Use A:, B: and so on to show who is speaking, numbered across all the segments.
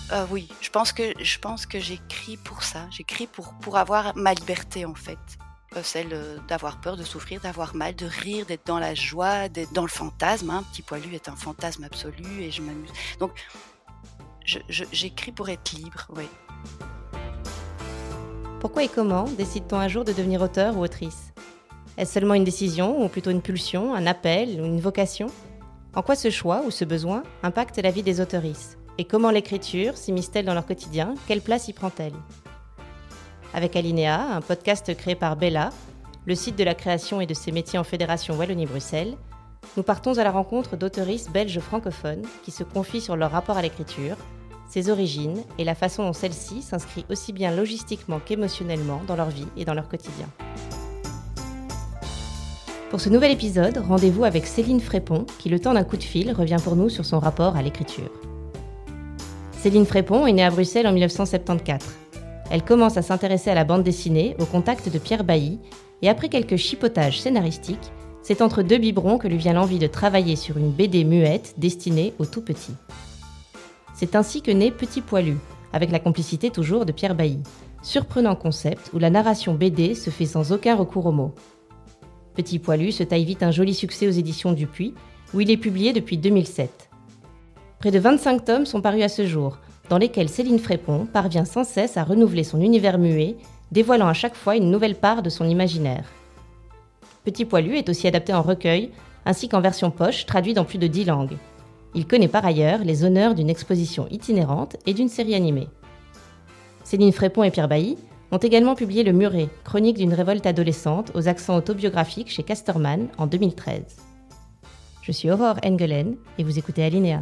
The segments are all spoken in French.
A: Oui, je pense que j'écris pour ça. J'écris pour avoir ma liberté, en fait. Celle, d'avoir peur, de souffrir, d'avoir mal, de rire, d'être dans la joie, d'être dans le fantasme, hein. Petit Poilu est un fantasme absolu et je m'amuse. Donc j'écris pour être libre, oui.
B: Pourquoi et comment décide-t-on un jour de devenir auteur ou autrice? Est-ce seulement une décision, ou plutôt une pulsion, un appel ou une vocation? En quoi ce choix ou ce besoin impacte la vie des auteurices? Et comment l'écriture s'immisce-t-elle dans leur quotidien? Quelle place y prend-elle? Avec Alinéa, un podcast créé par Bella, le site de la création et de ses métiers en Fédération Wallonie-Bruxelles, nous partons à la rencontre d'auteuristes belges francophones qui se confient sur leur rapport à l'écriture, ses origines et la façon dont celle-ci s'inscrit aussi bien logistiquement qu'émotionnellement dans leur vie et dans leur quotidien. Pour ce nouvel épisode, rendez-vous avec Céline Frépon, qui le temps d'un coup de fil revient pour nous sur son rapport à l'écriture. Céline Frépon est née à Bruxelles en 1974. Elle commence à s'intéresser à la bande dessinée au contact de Pierre Bailly, et après quelques chipotages scénaristiques, c'est entre deux biberons que lui vient l'envie de travailler sur une BD muette destinée aux tout-petits. C'est ainsi que naît Petit Poilu, avec la complicité toujours de Pierre Bailly. Surprenant concept où la narration BD se fait sans aucun recours aux mots. Petit Poilu se taille vite un joli succès aux éditions Dupuis, où il est publié depuis 2007. Près de 25 tomes sont parus à ce jour, dans lesquels Céline Frépon parvient sans cesse à renouveler son univers muet, dévoilant à chaque fois une nouvelle part de son imaginaire. Petit Poilu est aussi adapté en recueil, ainsi qu'en version poche, traduit dans plus de 10 langues. Il connaît par ailleurs les honneurs d'une exposition itinérante et d'une série animée. Céline Frépon et Pierre Bailly ont également publié Le Muret, chronique d'une révolte adolescente aux accents autobiographiques chez Casterman en 2013. Je suis Aurore Engelen et vous écoutez Alinéa.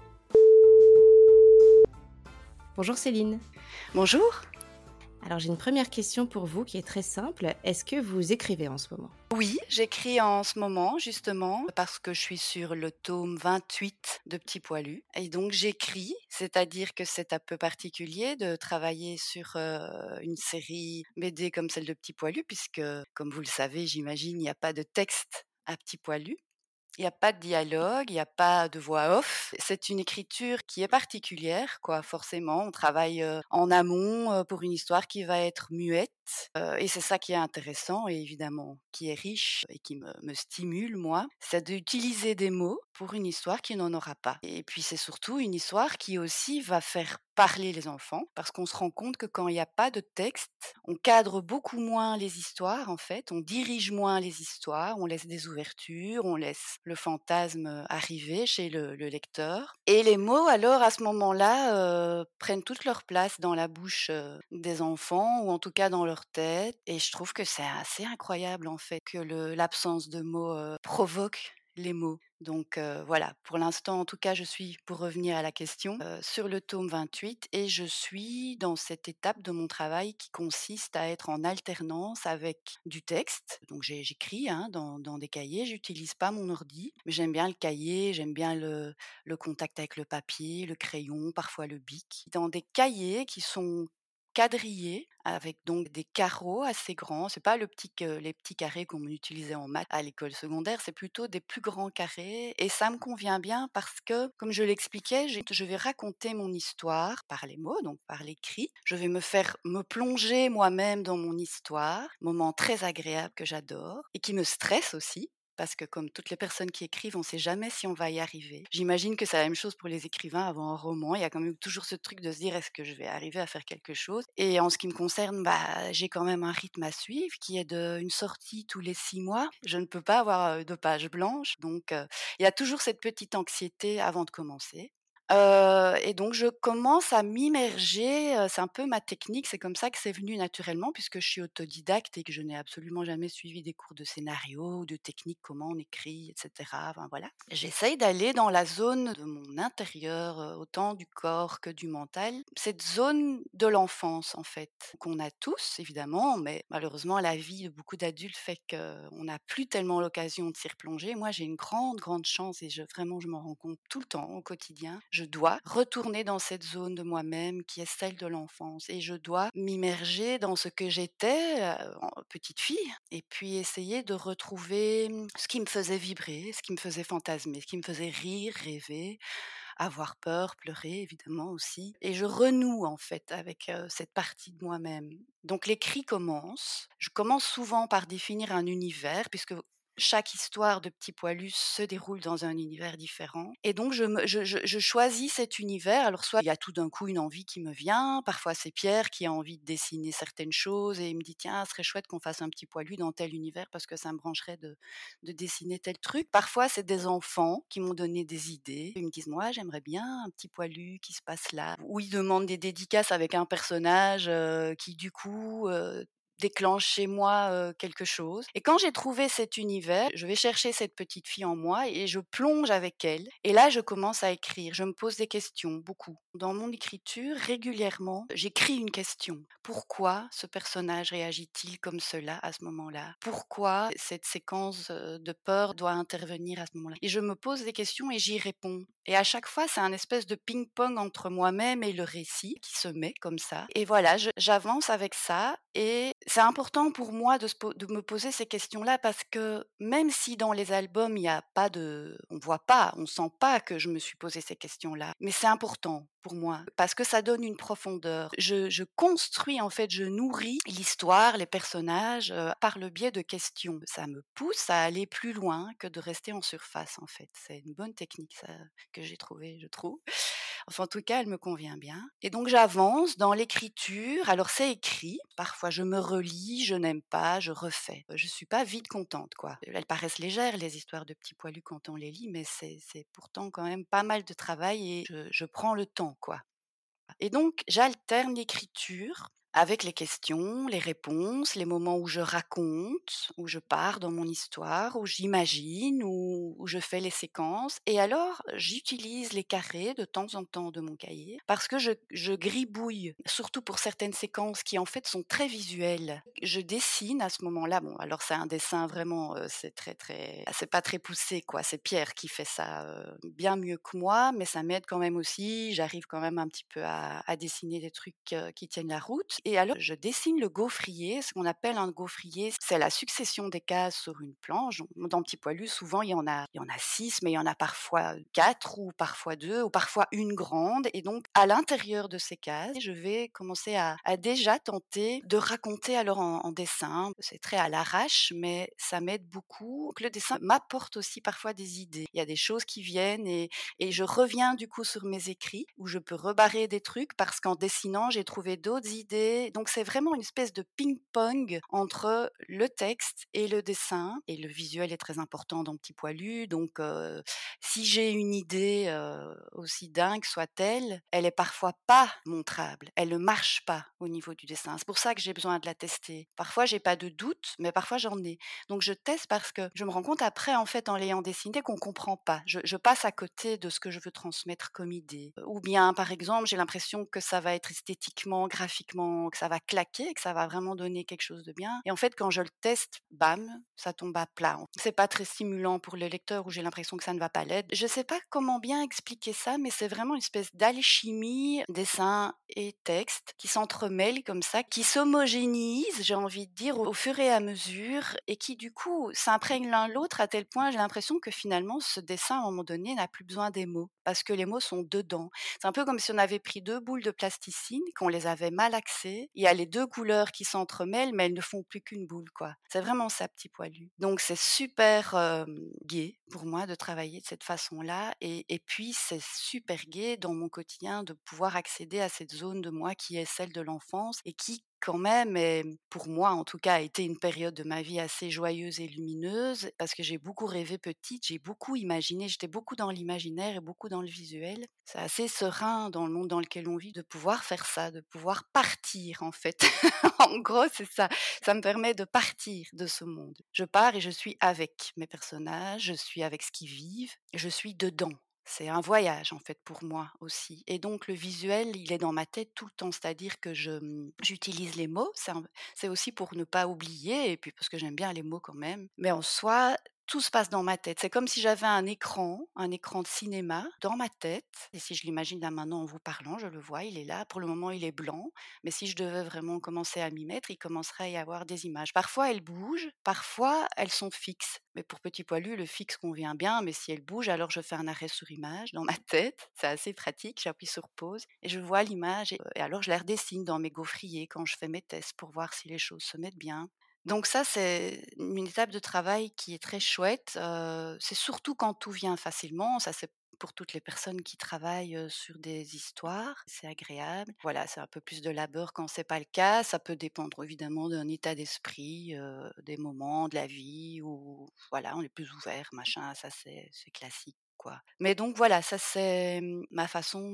B: Bonjour Céline.
A: Bonjour.
B: Alors j'ai une première question pour vous qui est très simple. Est-ce que vous écrivez en ce moment?
A: Oui, j'écris en ce moment, justement, parce que je suis sur le tome 28 de Petit Poilu et donc j'écris, c'est-à-dire que c'est un peu particulier de travailler sur, une série BD comme celle de Petit Poilu puisque, comme vous le savez, j'imagine, il n'y a pas de texte à Petit Poilu. Il y a pas de dialogue, il y a pas de voix off. C'est une écriture qui est particulière, quoi, forcément. On travaille, en amont, pour une histoire qui va être muette, et c'est ça qui est intéressant et évidemment qui est riche et qui me stimule, moi, c'est d'utiliser des mots pour une histoire qui n'en aura pas. Et puis c'est surtout une histoire qui aussi va faire parler les enfants, parce qu'on se rend compte que quand il y a pas de texte, on cadre beaucoup moins les histoires, en fait, on dirige moins les histoires, on laisse des ouvertures, on laisse le fantasme, arriver chez le lecteur et les mots alors à ce moment-là, prennent toute leur place dans la bouche, des enfants ou en tout cas dans leur tête et je trouve que c'est assez incroyable en fait que l'absence de mots, provoque les mots. Donc voilà, pour l'instant en tout cas je suis, pour revenir à la question, sur le tome 28 et je suis dans cette étape de mon travail qui consiste à être en alternance avec du texte. Donc j'écris, hein, dans des cahiers, j'utilise pas mon ordi, mais j'aime bien le cahier, j'aime bien le contact avec le papier, le crayon, parfois le bic. Dans des cahiers qui sont quadrillés avec donc des carreaux assez grands. C'est pas les petits carrés qu'on utilisait en maths à l'école secondaire, c'est plutôt des plus grands carrés et ça me convient bien parce que, comme je l'expliquais, je vais raconter mon histoire par les mots, donc par l'écrit. Je vais me plonger moi-même dans mon histoire, moment très agréable que j'adore et qui me stresse aussi. Parce que comme toutes les personnes qui écrivent, on ne sait jamais si on va y arriver. J'imagine que c'est la même chose pour les écrivains avant un roman. Il y a quand même toujours ce truc de se dire: «Est-ce que je vais arriver à faire quelque chose?» Et en ce qui me concerne, bah, j'ai quand même un rythme à suivre qui est une sortie tous les 6 mois. Je ne peux pas avoir, de page blanche donc il y a toujours cette petite anxiété avant de commencer. Et donc je commence à m'immerger, c'est un peu ma technique, c'est comme ça que c'est venu naturellement puisque je suis autodidacte et que je n'ai absolument jamais suivi des cours de scénario ou de technique, comment on écrit et cetera, enfin voilà. J'essaye d'aller dans la zone de mon intérieur, autant du corps que du mental, cette zone de l'enfance en fait, qu'on a tous évidemment, mais malheureusement la vie de beaucoup d'adultes fait qu'on n'a plus tellement l'occasion de s'y replonger. Moi j'ai une grande, grande chance et vraiment je m'en rends compte tout le temps au quotidien. Je dois retourner dans cette zone de moi-même qui est celle de l'enfance et je dois m'immerger dans ce que j'étais, en petite fille et puis essayer de retrouver, ce qui me faisait vibrer, ce qui me faisait fantasmer, ce qui me faisait rire, rêver, avoir peur, pleurer évidemment aussi et je renoue en fait avec, cette partie de moi-même. Donc l'écrit commence. Je commence souvent par définir un univers puisque chaque histoire de Petit Poilu se déroule dans un univers différent et donc je choisis cet univers. Alors soit il y a tout d'un coup une envie qui me vient, parfois c'est Pierre qui a envie de dessiner certaines choses et il me dit: «Tiens, ce serait chouette qu'on fasse un Petit Poilu dans tel univers parce que ça me brancherait de dessiner tel truc». Parfois c'est des enfants qui m'ont donné des idées. Ils me disent: «Moi j'aimerais bien un Petit Poilu qui se passe là». Ou ils demandent des dédicaces avec un personnage, qui du coup, déclenche chez moi, quelque chose et quand j'ai trouvé cet univers, je vais chercher cette petite fille en moi et je plonge avec elle et là je commence à écrire. Je me pose des questions, beaucoup. Dans mon écriture, régulièrement, j'écris une question. Pourquoi ce personnage réagit-il comme cela à ce moment-là? Pourquoi cette séquence, de peur doit intervenir à ce moment-là? Et je me pose des questions et j'y réponds et à chaque fois, c'est un espèce de ping-pong entre moi-même et le récit qui se met comme ça et voilà, je j'avance avec ça et c'est important pour moi de me poser ces questions-là parce que même si dans les albums, il y a pas de on voit pas, on sent pas que je me suis posé ces questions-là, mais c'est important pour moi parce que ça donne une profondeur. Je construis, en fait, je nourris l'histoire, les personnages, par le biais de questions. Ça me pousse à aller plus loin que de rester en surface, en fait. C'est une bonne technique ça, que j'ai trouvée, je trouve. Enfin, en tout cas, elle me convient bien et donc j'avance dans l'écriture. Alors c'est écrit, parfois je me relis, je n'aime pas, je refais. Je suis pas vite contente, quoi. Elles paraissent légères les histoires de Petits Poilus quand on les lit, mais c'est pourtant quand même pas mal de travail et je prends le temps, quoi. Et donc j'alterne l'écriture avec les questions, les réponses, les moments où je raconte, où je pars dans mon histoire, où j'imagine, où je fais les séquences et alors j'utilise les carrés de temps en temps de mon cahier parce que je gribouille, surtout pour certaines séquences qui en fait sont très visuelles. Je dessine à ce moment-là, bon alors c'est un dessin vraiment, c'est c'est pas très poussé quoi, c'est Pierre qui fait ça, bien mieux que moi, mais ça m'aide quand même aussi. J'arrive quand même un petit peu à dessiner des trucs, qui tiennent la route et alors je dessine le gaufrier. Ce qu'on appelle un gaufrier, c'est la succession des cases sur une planche. Donc dans Petit Poilu, souvent il y en a 6, mais il y en a parfois 4 ou parfois 2 ou parfois une grande et donc à l'intérieur de ces cases, je vais commencer à déjà tenter de raconter alors en dessin. C'est très à l'arrache, mais ça m'aide beaucoup. Donc le dessin m'apporte aussi parfois des idées. Il y a des choses qui viennent et je reviens du coup sur mes écrits où je peux rebarrer des trucs parce qu'en dessinant, j'ai trouvé d'autres idées. Donc c'est vraiment une espèce de ping-pong entre le texte et le dessin et le visuel est très important dans Petit Poilu. Donc si j'ai une idée, aussi dingue soit-elle, elle est parfois pas montrable. Elle ne marche pas au niveau du dessin. C'est pour ça que j'ai besoin de la tester. Parfois j'ai pas de doute, mais parfois j'en ai. Donc je teste parce que je me rends compte après en fait en l'ayant dessiné qu'on comprend pas. Je passe à côté de ce que je veux transmettre comme idée. Ou bien par exemple, j'ai l'impression que ça va être esthétiquement, graphiquement, que ça va claquer, que ça va vraiment donner quelque chose de bien et en fait quand je le teste, bam, ça tombe à plat. C'est pas très stimulant pour le lecteur où j'ai l'impression que ça ne va pas l'être. Je sais pas comment bien expliquer ça, mais c'est vraiment une espèce d'alchimie, dessin et texte qui s'entremêlent comme ça, qui s'homogénéisent, j'ai envie de dire, au fur et à mesure et qui du coup s'imprègnent l'un l'autre à tel point j'ai l'impression que finalement ce dessin à un moment donné n'a plus besoin des mots parce que les mots sont dedans. C'est un peu comme si on avait pris 2 boules de plasticine, qu'on les avait malaxées. Il y a les 2 couleurs qui s'entremêlent, mais elles ne font plus qu'une boule, quoi. C'est vraiment ça, Petit Poilu. Donc c'est super, gai pour moi de travailler de cette façon-là et puis c'est super gai dans mon quotidien de pouvoir accéder à cette zone de moi qui est celle de l'enfance et qui quand même est, pour moi en tout cas, a été une période de ma vie assez joyeuse et lumineuse parce que j'ai beaucoup rêvé petite, j'ai beaucoup imaginé, j'étais beaucoup dans l'imaginaire et beaucoup dans le visuel. C'est assez serein dans le monde dans lequel on vit de pouvoir faire ça, de pouvoir partir en fait. En gros, c'est ça. Ça me permet de partir de ce monde. Je pars et je suis avec mes personnages, je suis avec ce qu'ils vivent, je suis dedans. C'est un voyage en fait pour moi aussi et donc le visuel, il est dans ma tête tout le temps, c'est-à-dire que j'utilise les mots, c'est aussi pour ne pas oublier et puis parce que j'aime bien les mots quand même, mais en soi, tout se passe dans ma tête. C'est comme si j'avais un écran de cinéma dans ma tête et si je l'imagine là maintenant en vous parlant, je le vois, il est là. Pour le moment, il est blanc, mais si je devais vraiment commencer à m'y mettre, il commencerait à y avoir des images. Parfois, elles bougent, parfois, elles sont fixes. Mais pour Petit Poilu, le fixe convient bien, mais si elles bougent, alors je fais un arrêt sur image dans ma tête. C'est assez pratique, j'appuie sur pause et je vois l'image et alors je la redessine dans mes gaufriers quand je fais mes tests pour voir si les choses se mettent bien. Donc ça, c'est une étape de travail qui est très chouette, c'est surtout quand tout vient facilement, ça c'est pour toutes les personnes qui travaillent, sur des histoires, c'est agréable. Voilà, c'est un peu plus de labeur quand c'est pas le cas, ça peut dépendre évidemment d'un état d'esprit, des moments de la vie où voilà, on est plus ouvert, machin, ça c'est classique, quoi. Mais donc voilà, ça c'est, ma façon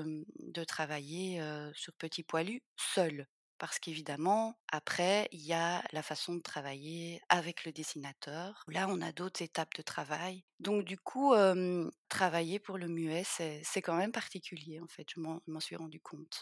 A: de travailler, sur Petit Poilu, seule. Parce qu'évidemment, après, il y a la façon de travailler avec le dessinateur. Là, on a d'autres étapes de travail. Donc du coup, travailler pour le muet, c'est quand même particulier en fait, je m'en suis rendu compte.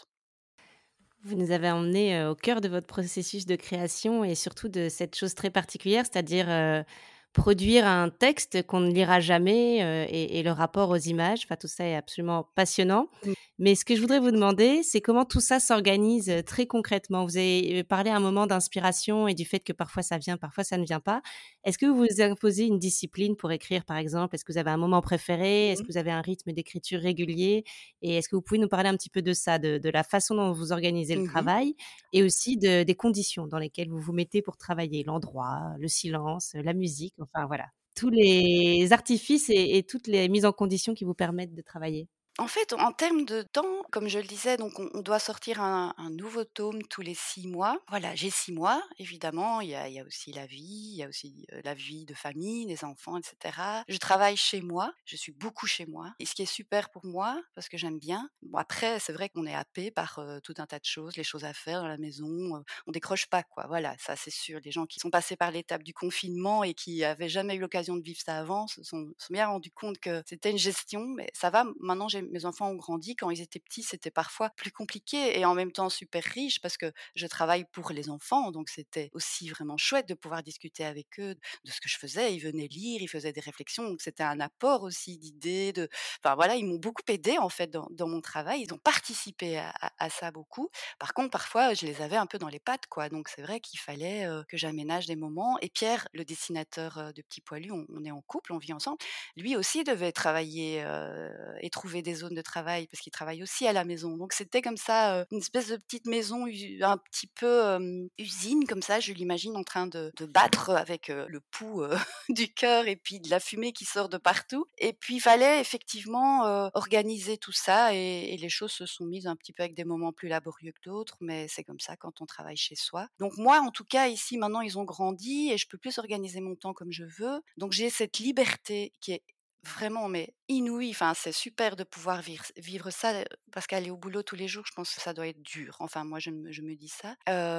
B: Vous nous avez emmenés, au cœur de votre processus de création et surtout de cette chose très particulière, c'est-à-dire, produire un texte qu'on ne lira jamais, et le rapport aux images. Enfin, tout ça est absolument passionnant.
A: Mmh.
B: Mais ce que je voudrais vous demander, c'est comment tout ça s'organise, très concrètement? Vous avez, parlé à un moment d'inspiration et du fait que parfois ça vient, parfois ça ne vient pas. Est-ce que vous vous imposez une discipline pour écrire, par exemple? Est-ce que vous avez un moment préféré? Est-ce
A: Mmh.
B: que vous avez un rythme d'écriture régulier? Et est-ce que vous pouvez nous parler un petit peu de ça, de la façon dont vous organisez le
A: Mmh.
B: travail et aussi des conditions dans lesquelles vous vous mettez pour travailler? L'endroit, le silence, la musique, enfin voilà, tous les artifices et toutes les mises en condition qui vous permettent de travailler.
A: En fait, en termes de temps, comme je le disais, donc on doit sortir un nouveau tome tous les 6 mois. Voilà, j'ai 6 mois, évidemment, il y a aussi la vie, il y a aussi, la vie de famille, les enfants et cetera. Je travaille chez moi, je suis beaucoup chez moi et ce qui est super pour moi, parce que j'aime bien. Bon après, c'est vrai qu'on est happé par, tout un tas de choses, les choses à faire dans la maison, on décroche pas quoi, voilà, ça c'est sûr. Les gens qui sont passés par l'étape du confinement et qui avaient jamais eu l'occasion de vivre ça avant se sont bien rendus compte que c'était une gestion, mais ça va. Maintenant, mes enfants ont grandi. Quand ils étaient petits, c'était parfois plus compliqué et en même temps super riche parce que je travaille pour les enfants, donc c'était aussi vraiment chouette de pouvoir discuter avec eux de ce que je faisais. Ils venaient lire, ils faisaient des réflexions, donc c'était un apport aussi d'idées, enfin voilà, ils m'ont beaucoup aidé en fait dans mon travail. Ils ont participé à ça beaucoup. Par contre, parfois, je les avais un peu dans les pattes, quoi. Donc c'est vrai qu'il fallait, que j'aménage des moments et Pierre, le dessinateur, de Petit Poilu, on est en couple, on vit ensemble. Lui aussi devait travailler, et trouver des zones de travail parce qu'il travaille aussi à la maison. Donc c'était comme ça, une espèce de petite maison un petit peu, usine comme ça, je l'imagine en train de battre avec, le pouls, du cœur et puis de la fumée qui sort de partout et puis il fallait effectivement, organiser tout ça et les choses se sont mises un petit peu avec des moments plus laborieux que d'autres, mais c'est comme ça quand on travaille chez soi. Donc moi, en tout cas, ici, maintenant, ils ont grandi et je peux plus organiser mon temps comme je veux. Donc j'ai cette liberté qui est vraiment mais inouïe. Enfin, c'est super de pouvoir vivre ça, parce qu'aller au boulot tous les jours, je pense que ça doit être dur. Enfin, moi, je me dis ça.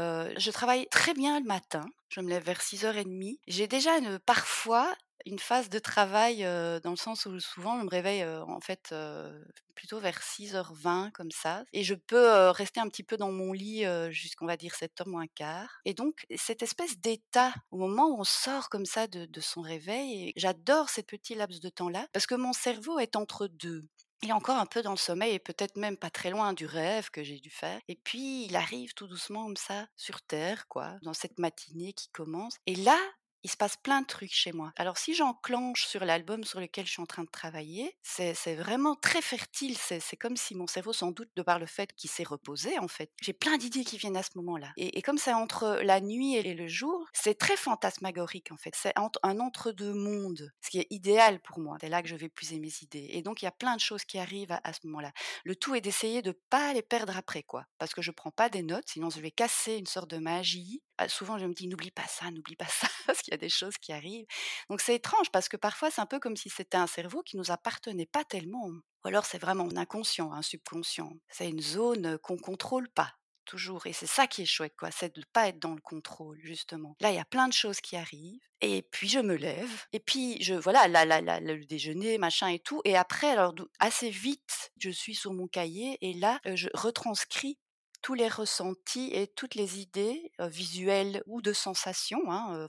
A: Je travaille très bien le matin. Je me lève vers 6h30. J'ai déjà parfois une phase de travail, dans le sens où souvent je me réveille, en fait, plutôt vers 6h20 comme ça et je peux, rester un petit peu dans mon lit, jusqu'on va dire 7h moins quart et donc cette espèce d'état au moment où on sort comme ça de son réveil et j'adore ces petits laps de temps-là parce que mon cerveau est entre 2. Il est encore un peu dans le sommeil et peut-être même pas très loin du rêve que j'ai dû faire et puis il arrive tout doucement comme ça sur terre quoi, dans cette matinée qui commence et là il se passe plein de trucs chez moi. Alors si j'enclenche sur l'album sur lequel je suis en train de travailler, c'est vraiment très fertile. C'est comme si mon cerveau, sans doute de par le fait qu'il s'est reposé en fait, j'ai plein d'idées qui viennent à ce moment-là. Et comme c'est entre la nuit et le jour, c'est très fantasmagorique en fait. C'est un entre-deux mondes, ce qui est idéal pour moi. C'est là que je vais puiser mes idées. Et donc il y a plein de choses qui arrivent à ce moment-là. Le tout est d'essayer de pas les perdre après quoi, parce que je prends pas des notes, sinon je vais casser une sorte de magie. Souvent je me dis: n'oublie pas ça», parce qu'il y a des choses qui arrivent. Donc c'est étrange parce que parfois c'est un peu comme si c'était un cerveau qui nous appartenait pas tellement. Ou alors c'est vraiment un inconscient, un subconscient. C'est une zone, qu'on contrôle pas, toujours et c'est ça qui est chouette quoi, c'est de pas être dans le contrôle justement. Là, il y a plein de choses qui arrivent et puis je me lève et puis voilà, le déjeuner, machin et tout et après alors assez vite, je suis sur mon cahier et là, je retranscris tous les ressentis et toutes les idées, visuelles ou de sensations, hein, enfin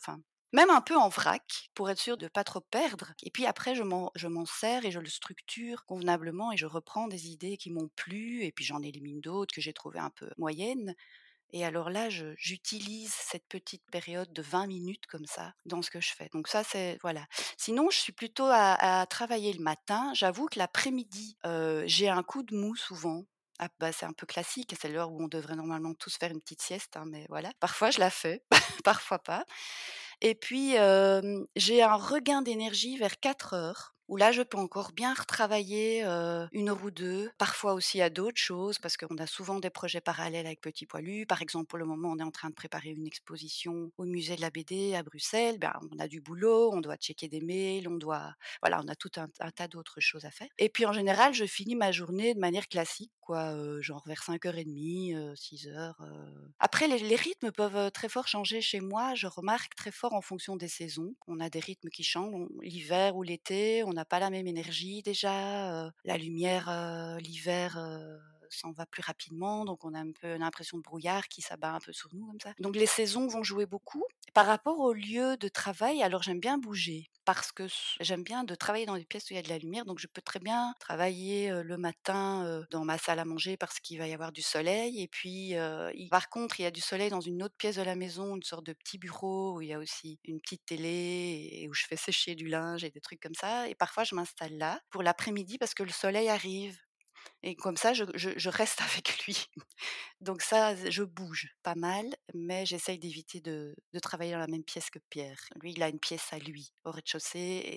A: Même un peu en vrac, pour être sûre de pas trop perdre et puis après je m'en sers et je le structure convenablement et je reprends des idées qui m'ont plu et puis j'en élimine d'autres que j'ai trouvées un peu moyennes et alors là, j'utilise cette petite période de 20 minutes comme ça dans ce que je fais. Donc ça, c'est voilà. Sinon, je suis plutôt à travailler le matin. J'avoue que l'après-midi, j'ai un coup de mou souvent. Ah bah, c'est un peu classique, c'est l'heure où on devrait normalement tous faire une petite sieste, hein, mais voilà. Parfois je la fais, parfois pas. Et puis, j'ai un regain d'énergie vers 4 heures où là, je peux encore bien retravailler, 1 heure ou 2, parfois aussi à d'autres choses parce qu'on a souvent des projets parallèles avec Petit Poilu. Par exemple, pour le moment, on est en train de préparer une exposition au musée de la BD à Bruxelles. Ben, on a du boulot, on doit checker des mails, on doit voilà, on a tout un tas d'autres choses à faire. Et puis, en général, je finis ma journée de manière classique quoi, genre vers 5h30, 6h. Après les rythmes peuvent, très fort changer chez moi. Je remarque très fort en fonction des saisons. On a des rythmes qui changent. L'hiver ou l'été, on n'a pas la même énergie déjà, la lumière, l'hiver, s'en va plus rapidement, donc on a un peu l'impression de brouillard qui s'abat un peu sur nous comme ça. Donc les saisons vont jouer beaucoup. Par rapport au lieu de travail, alors j'aime bien bouger parce que j'aime bien de travailler dans des pièces où il y a de la lumière, donc je peux très bien travailler, le matin, dans ma salle à manger parce qu'il va y avoir du soleil et puis, i par contre, il y a du soleil dans une autre pièce de la maison, une sorte de petit bureau où il y a aussi une petite télé et où je fais sécher du linge et des trucs comme ça et parfois je m'installe là pour l'après-midi parce que le soleil arrive et comme ça je reste avec lui. Donc ça, je bouge pas mal, mais j'essaye d'éviter de travailler dans la même pièce que Pierre. Lui, il a une pièce à lui, au rez-de-chaussée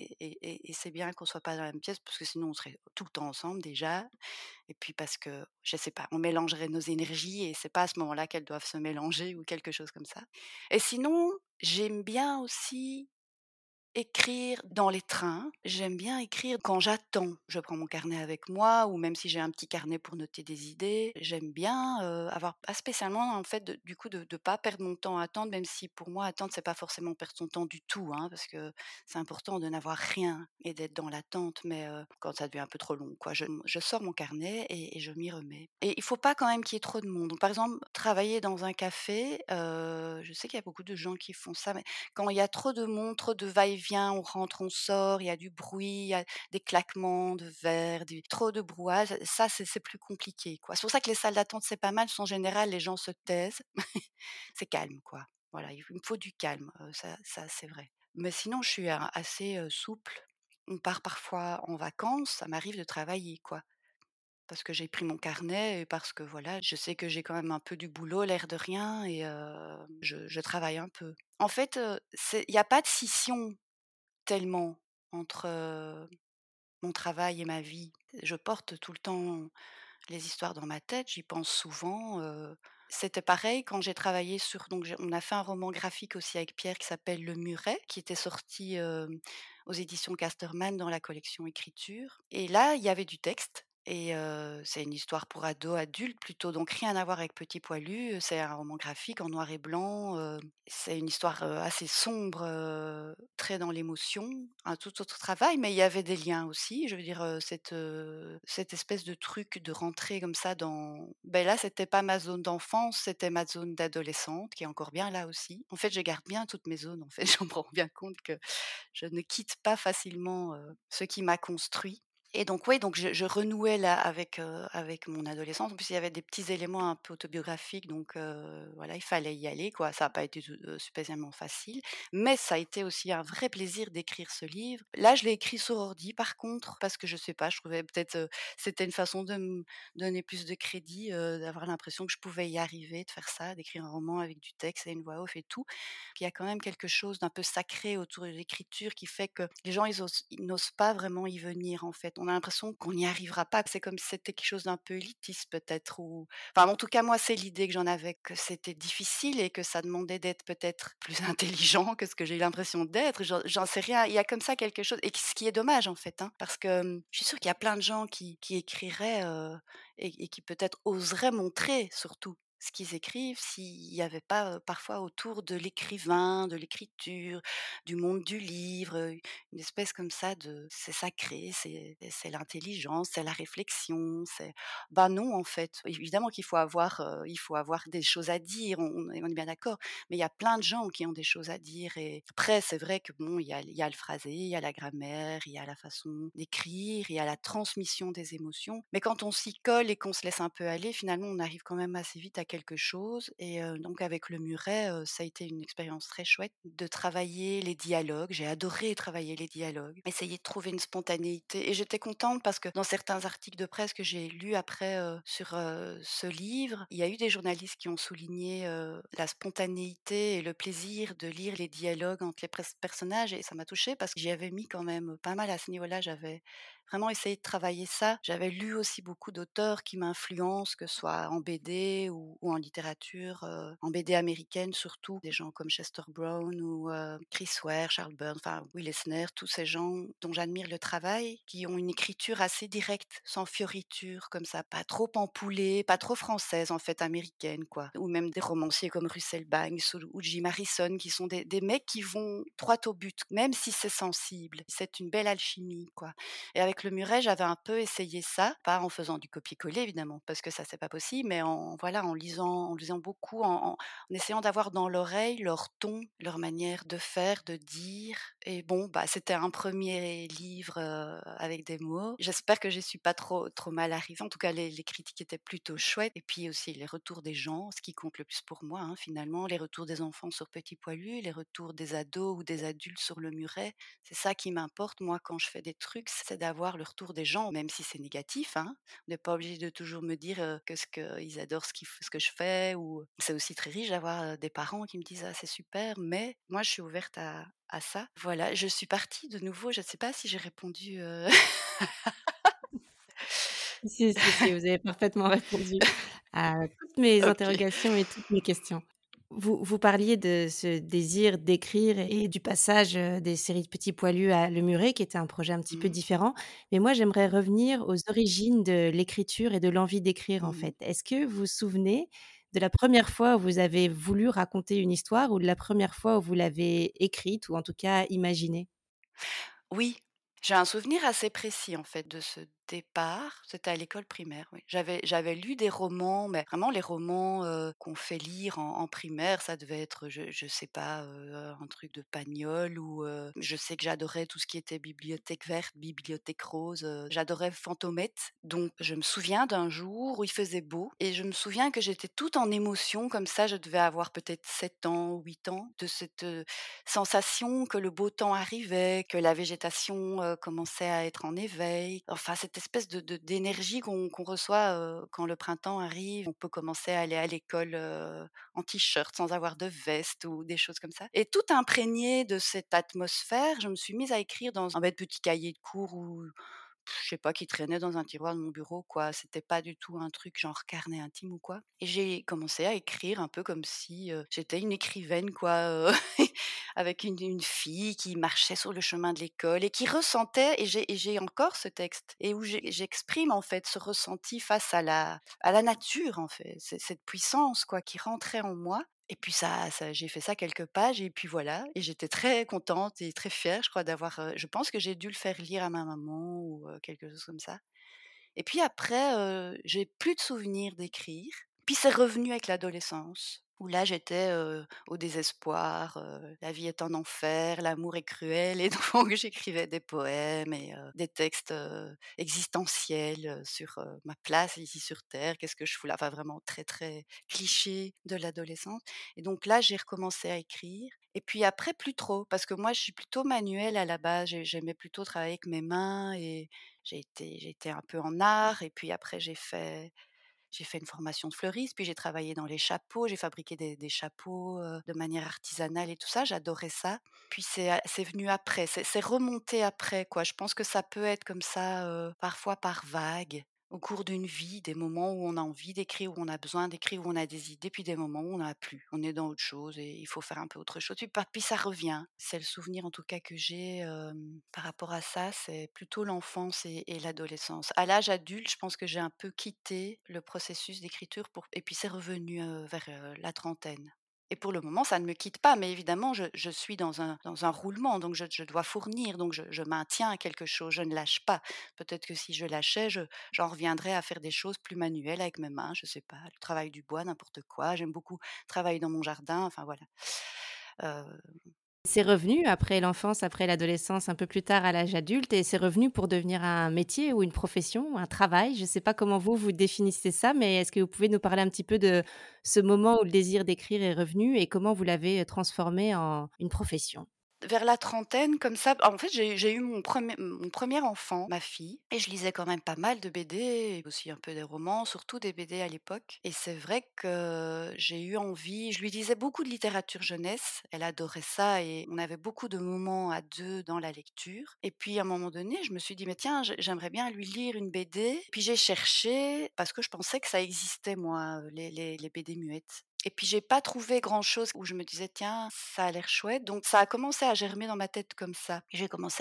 A: et c'est bien qu'on soit pas dans la même pièce parce que sinon on serait tout le temps ensemble déjà et puis parce que, je sais pas, on mélangerait nos énergies et c'est pas à ce moment-là qu'elles doivent se mélanger ou quelque chose comme ça. Et sinon, j'aime bien aussi écrire dans les trains, j'aime bien écrire quand j'attends. Je prends mon carnet avec moi ou même si j'ai un petit carnet pour noter des idées. J'aime bien, avoir pas spécialement en fait du coup de pas perdre mon temps à attendre, même si pour moi attendre c'est pas forcément perdre son temps du tout, hein, parce que c'est important de n'avoir rien et d'être dans l'attente, mais quand ça devient un peu trop long quoi, je sors mon carnet et je m'y remets. Et il faut pas quand même qu'il y ait trop de monde. Donc par exemple, travailler dans un café, je sais qu'il y a beaucoup de gens qui font ça, mais quand il y a trop de monde, trop de va-et-vient, on rentre, on sort, il y a du bruit, il y a des claquements de verre, trop de brouhaha, ça c'est plus compliqué, quoi. C'est pour ça que les salles d'attente, c'est pas mal, parce qu'en général, les gens se taisent. C'est calme, quoi. Voilà, il me faut du calme, ça c'est vrai. Mais sinon, je suis assez, souple. On part parfois en vacances, ça m'arrive de travailler, quoi. Parce que j'ai pris mon carnet et parce que voilà, je sais que j'ai quand même un peu du boulot, l'air de rien et je travaille un peu. En fait, c'est il y a pas de scission tellement entre, mon travail et ma vie. Je porte tout le temps les histoires dans ma tête, j'y pense souvent, C'était pareil quand j'ai travaillé sur donc j'ai on a fait un roman graphique aussi avec Pierre qui s'appelle Le Muret, qui était sorti, aux éditions Casterman dans la collection écriture et là, il y avait du texte et c'est une histoire pour ados, adultes plutôt, donc rien à voir avec Petit Poilu, c'est un roman graphique en noir et blanc, c'est une histoire, assez sombre, très dans l'émotion, un tout autre travail, mais il y avait des liens aussi. Je veux dire, cette espèce de truc de rentrer comme ça dans ben là, c'était pas ma zone d'enfance, c'était ma zone d'adolescente qui est encore bien là aussi. En fait, je garde bien toutes mes zones, en fait, je me rends bien compte que je ne quitte pas facilement, ce qui m'a construit et donc oui, donc je renouais là avec mon adolescence. En plus, il y avait des petits éléments un peu autobiographiques, donc voilà, il fallait y aller quoi. Ça a pas été spécialement facile, mais ça a été aussi un vrai plaisir d'écrire ce livre. Là, je l'ai écrit sur ordi par contre, parce que je sais pas, je trouvais peut-être, c'était une façon de me donner plus de crédit, d'avoir l'impression que je pouvais y arriver, de faire ça, d'écrire un roman avec du texte et une voix off et tout. Il y a quand même quelque chose d'un peu sacré autour de l'écriture qui fait que les gens ils n'osent pas vraiment y venir en fait. On a l'impression qu'on n'y arrivera pas, que c'est comme si c'était quelque chose d'un peu élitiste peut-être ou enfin en tout cas moi c'est l'idée que j'en avais, que c'était difficile et que ça demandait d'être peut-être plus intelligent que ce que j'ai eu l'impression d'être. J'en sais rien, il y a comme ça quelque chose et ce qui est dommage en fait, hein, parce que, je suis sûre qu'il y a plein de gens qui écriraient, et qui peut-être oseraient montrer surtout ce qu'ils écrivent s'il y avait pas, parfois autour de l'écrivain, de l'écriture, du monde du livre, une espèce comme ça de c'est sacré, c'est l'intelligence, c'est la réflexion, c'est bah, non, en fait. Évidemment il faut avoir des choses à dire, on est bien d'accord, mais il y a plein de gens qui ont des choses à dire et après c'est vrai que bon, il y a le phrasé, il y a la grammaire, il y a la façon d'écrire, il y a la transmission des émotions, mais quand on s'y colle et qu'on se laisse un peu aller, finalement, on arrive quand même assez vite à quelque chose et donc avec le muret, ça a été une expérience très chouette de travailler les dialogues. J'ai adoré travailler les dialogues, essayer de trouver une spontanéité et j'étais contente parce que dans certains articles de presse que j'ai lus après, sur, ce livre, il y a eu des journalistes qui ont souligné, la spontanéité et le plaisir de lire les dialogues entre les personnages et ça m'a touchée parce que j'y avais mis quand même pas mal à ce niveau-là. J'avais vraiment essayé de travailler ça. J'avais lu aussi beaucoup d'auteurs qui m'influencent, que ce soit en BD ou en littérature, en BD américaine surtout, des gens comme Chester Brown ou Chris Ware, Charles Burns, enfin Will Eisner, tous ces gens dont j'admire le travail, qui ont une écriture assez directe, sans fioriture comme ça, pas trop empoulée, pas trop française en fait, américaine quoi. Ou même des romanciers comme Russell Banks ou Jim Harrison qui sont des mecs qui vont droit au but, même si c'est sensible. C'est une belle alchimie quoi. Et avec le muret, j'avais un peu essayé ça, pas en faisant du copier-coller évidemment, parce que ça c'est pas possible, mais en voilà, en lisant beaucoup, en essayant d'avoir dans l'oreille leur ton, leur manière de faire, de dire et bon, bah, c'était un premier livre, avec des mots. J'espère que j'y suis pas trop mal arrivée. En tout cas, les critiques étaient plutôt chouettes et puis aussi les retours des gens, ce qui compte le plus pour moi, hein, finalement, les retours des enfants sur Petit Poilu, les retours des ados ou des adultes sur le muret. C'est ça qui m'importe, moi, quand je fais des trucs, c'est d'avoir le retour des gens, même si c'est négatif, hein. On n'est pas obligé de toujours me dire, que ce qu'ils adorent ce que je fais ou c'est aussi très riche d'avoir, des parents qui me disent: «Ah, c'est super», mais moi, je suis ouverte à ça. Voilà, je suis partie de nouveau, je ne sais pas si j'ai répondu,
B: Si, si, si, vous avez parfaitement répondu à toutes mes
A: OK.
B: interrogations et toutes mes questions. Vous parliez de ce désir d'écrire et du passage, des séries de Petits Poilus à Le Muret, qui était un projet un petit peu
A: Mmh.
B: différent. Mais moi, j'aimerais revenir aux origines de l'écriture et de l'envie d'écrire, en
A: Mmh.
B: fait. Est-ce que vous vous souvenez de la première fois où vous avez voulu raconter une histoire ou de la première fois où vous l'avez écrite ou en tout cas imaginée?
A: Oui, j'ai un souvenir assez précis en fait de ce départ. C'était à l'école primaire, oui. J'avais lu des romans, mais vraiment les romans, qu'on fait lire en primaire, ça devait être, je sais pas, un truc de Pagnol ou, je sais que j'adorais tout ce qui était Bibliothèque verte, Bibliothèque rose, j'adorais Fantomette. Donc je me souviens d'un jour où il faisait beau et je me souviens que j'étais toute en émotion comme ça, je devais avoir peut-être 7 ans ou 8 ans, de cette, sensation que le beau temps arrivait, que la végétation, commençait à être en éveil. Enfin, cette espèce de d'énergie qu'on reçoit, quand le printemps arrive. On peut commencer à aller à l'école, en t-shirt, sans avoir de veste ou des choses comme ça et tout imprégné de cette atmosphère, je me suis mise à écrire dans un bête petit cahier de cours ou je sais pas, qui traînait dans un tiroir de mon bureau, quoi. C'était pas du tout un truc genre carnet intime ou quoi et j'ai commencé à écrire un peu comme si, j'étais une écrivaine, quoi, avec une fille qui marchait sur le chemin de l'école et qui ressentait et j'ai encore ce texte et où j'exprime, en fait, ce ressenti face à la nature, en fait. Cette puissance, quoi, qui rentrait en moi et puis ça j'ai fait ça quelques pages et puis voilà et j'étais très contente et très fière, je crois, d'avoir, je pense que j'ai dû le faire lire à ma maman ou, quelque chose comme ça et puis après, j'ai plus de souvenirs d'écrire. Puis c'est revenu avec l'adolescence, où là j'étais, au désespoir, la vie est un enfer, l'amour est cruel et donc j'écrivais des poèmes et des textes, existentiels, sur, ma place ici sur terre, qu'est-ce que je fous là? Enfin vraiment très, très cliché de l'adolescence et donc là j'ai recommencé à écrire et puis après plus trop parce que moi je suis plutôt manuelle à la base, j'aimais plutôt travailler avec mes mains et j'ai été un peu en art et puis après j'ai fait une formation de fleuriste, puis j'ai travaillé dans les chapeaux, j'ai fabriqué des chapeaux, de manière artisanale et tout ça, j'adorais ça. Puis c'est venu après, c'est remonté après quoi. Je pense que ça peut être comme ça, parfois par vagues. au cours d'une vie, des moments où on a envie d'écrire, où on a besoin d'écrire, où on a des idées, puis des moments où on n'en a plus. On est dans autre chose et il faut faire un peu autre chose. Puis ça revient. C'est le souvenir en tout cas que j'ai par rapport à ça, c'est plutôt l'enfance et l'adolescence. À l'âge adulte, je pense que j'ai un peu quitté le processus d'écriture et puis c'est revenu vers la trentaine. Et pour le moment, ça ne me quitte pas, mais évidemment, je suis dans un roulement, donc je dois fournir, donc je maintiens quelque chose, je ne lâche pas. Peut-être que si je lâchais, j'en reviendrais à faire des choses plus manuelles avec mes mains, je sais pas, le travail du bois, n'importe quoi. J'aime beaucoup travailler dans mon jardin, enfin voilà. Heu,
B: C'est revenu après l'enfance, après l'adolescence, un peu plus tard à l'âge adulte et c'est revenu pour devenir un métier ou une profession, un travail? Je ne sais pas comment vous définissez ça, mais est-ce que vous pouvez nous parler un petit peu de ce moment où le désir d'écrire est revenu et comment vous l'avez transformé en une profession?
A: Vers la trentaine comme ça, en fait, j'ai eu mon premier enfant, ma fille, et je lisais quand même pas mal de BD et aussi un peu des romans, surtout des BD à l'époque, et c'est vrai que j'ai eu envie, je lui lisais beaucoup de littérature jeunesse, elle adorait ça et on avait beaucoup de moments à 2 dans la lecture, et puis à un moment donné, je me suis dit: «Mais tiens, j'aimerais bien lui lire une BD», puis j'ai cherché parce que je pensais que ça existait moi, les BD muettes. Et puis j'ai pas trouvé grand-chose où je me disais: «Tiens, ça a l'air chouette», donc ça a commencé à germer dans ma tête comme ça. Et j'ai commencé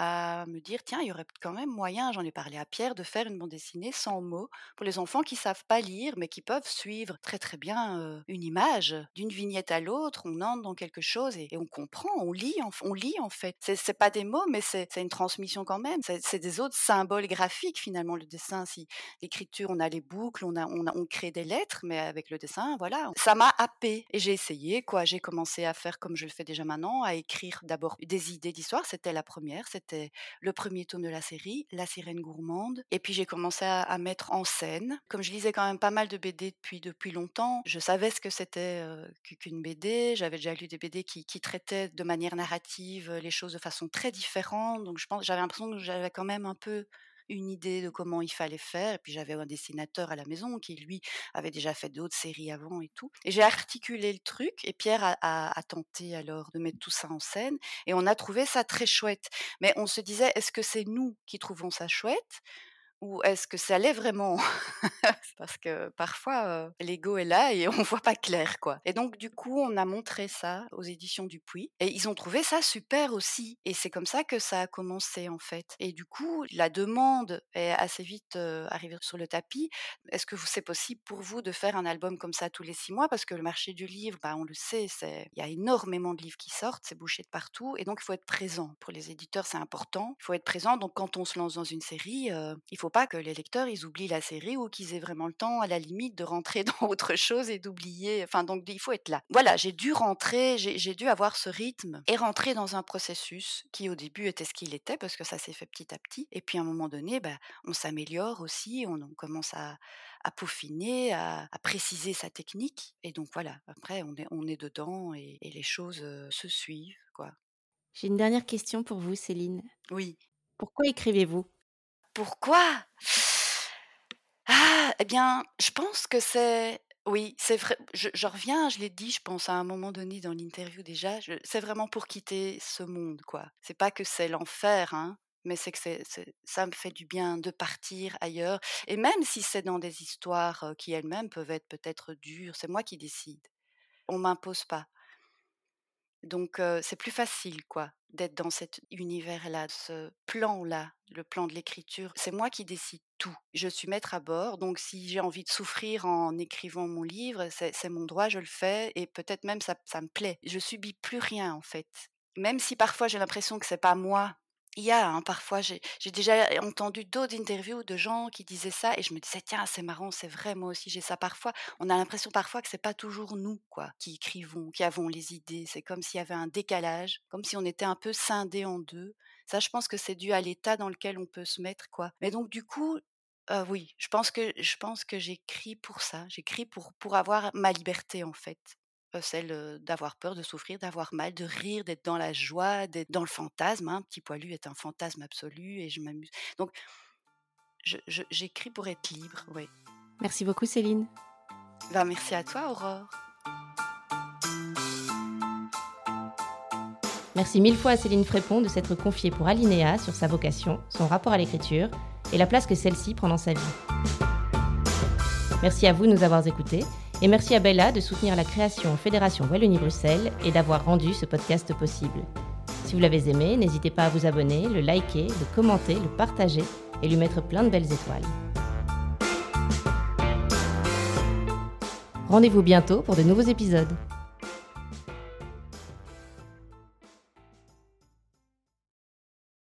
A: à me dire: «Tiens, il y aurait quand même moyen», j'en ai parlé à Pierre, de faire une bande dessinée sans mots pour les enfants qui savent pas lire, mais qui peuvent suivre très, très bien, une image. D'une vignette à l'autre, on entre dans quelque chose et on comprend, on lit en fait. C'est pas des mots, mais c'est une transmission quand même. C'est des autres symboles graphiques finalement, le dessin. Si l'écriture, on a les boucles, on crée des lettres, mais avec le dessin, voilà. Ça m'a happée et j'ai essayé quoi. J'ai commencé à faire comme je le fais déjà maintenant, à écrire d'abord des idées d'histoire. C'était la première, c'était le premier tome de la série, La Sirène gourmande. Et puis j'ai commencé à mettre en scène. Comme je lisais quand même pas mal de BD depuis longtemps, je savais ce que c'était qu'une BD. J'avais déjà lu des BD qui traitaient de manière narrative les choses de façon très différente. Donc j'avais l'impression que j'avais quand même un peu une idée de comment il fallait faire, et puis j'avais un dessinateur à la maison qui lui avait déjà fait d'autres séries avant et tout, et j'ai articulé le truc et Pierre a tenté alors de mettre tout ça en scène et on a trouvé ça très chouette. Mais on se disait: «Est-ce que c'est nous qui trouvons ça chouette ou est-ce que ça l'est vraiment?» Parce que parfois, l'ego est là et on voit pas clair, quoi. Et donc du coup, on a montré ça aux éditions Dupuis et ils ont trouvé ça super aussi, et c'est comme ça que ça a commencé, en fait. Et du coup, la demande est assez vite, arrivée sur le tapis. Est-ce que c'est possible pour vous de faire un album comme ça tous les 6 mois? Parce que le marché du livre, bah, on le sait, il y a énormément de livres qui sortent, c'est bouché de partout, et donc il faut être présent. Pour les éditeurs, c'est important, il faut être présent. Donc quand on se lance dans une série, il faut pas que les lecteurs, ils oublient la série ou qu'ils aient vraiment le temps, à la limite, de rentrer dans autre chose et d'oublier, enfin donc il faut être là. Voilà, j'ai dû rentrer, j'ai dû avoir ce rythme et rentrer dans un processus qui au début était ce qu'il était parce que ça s'est fait petit à petit, et puis à un moment donné, bah, on s'améliore aussi, on commence à peaufiner, à préciser sa technique, et donc voilà, après on est dedans et les choses, se suivent, quoi.
B: J'ai une dernière question pour vous, Céline.
A: Oui.
B: Pourquoi écrivez-vous?
A: Pourquoi? Ah! Eh bien, je pense que c'est oui, c'est vrai, je reviens, je l'ai dit, je pense, à un moment donné dans l'interview déjà, c'est vraiment pour quitter ce monde, quoi. C'est pas que c'est l'enfer, hein, mais c'est que ça me fait du bien de partir ailleurs, et même si c'est dans des histoires, qui elles-mêmes peuvent être peut-être dures, c'est moi qui décide. On m'impose pas. Donc c'est plus facile quoi, d'être dans cet univers-là, ce plan-là, le plan de l'écriture. C'est moi qui décide tout. Je suis maître à bord, donc si j'ai envie de souffrir en écrivant mon livre, c'est mon droit, je le fais, et peut-être même ça me plaît. Je subis plus rien en fait. Même si parfois j'ai l'impression que c'est pas moi. Il y a, hein, parfois j'ai déjà entendu d'autres interviews de gens qui disaient ça et je me disais: «Tiens, c'est marrant, c'est vrai, moi aussi j'ai ça parfois». On a l'impression parfois que c'est pas toujours nous, quoi, qui écrivons, qui avons les idées. C'est comme s'il y avait un décalage, comme si on était un peu scindés en 2. Ça, je pense que c'est dû à l'état dans lequel on peut se mettre, quoi. Mais donc du coup, oui, je pense que j'écris pour ça. J'écris pour avoir ma liberté, en fait. Celle, d'avoir peur, de souffrir, d'avoir mal, de rire, d'être dans la joie, d'être dans le fantasme, hein. Petit Poilu est un fantasme absolu et je m'amuse. Donc j'écris pour être libre, oui.
B: Merci beaucoup, Céline.
A: Ben, merci à toi, Aurore.
B: Merci mille fois à Céline Frépon de s'être confiée pour Alinéa sur sa vocation, son rapport à l'écriture et la place que celle-ci prend dans sa vie. Merci à vous de nous avoir écoutés et merci à Bella de soutenir la création Fédération Wallonie-Bruxelles et d'avoir rendu ce podcast possible. Si vous l'avez aimé, n'hésitez pas à vous abonner, le liker, le commenter, le partager et lui mettre plein de belles étoiles. Rendez-vous bientôt pour de nouveaux épisodes.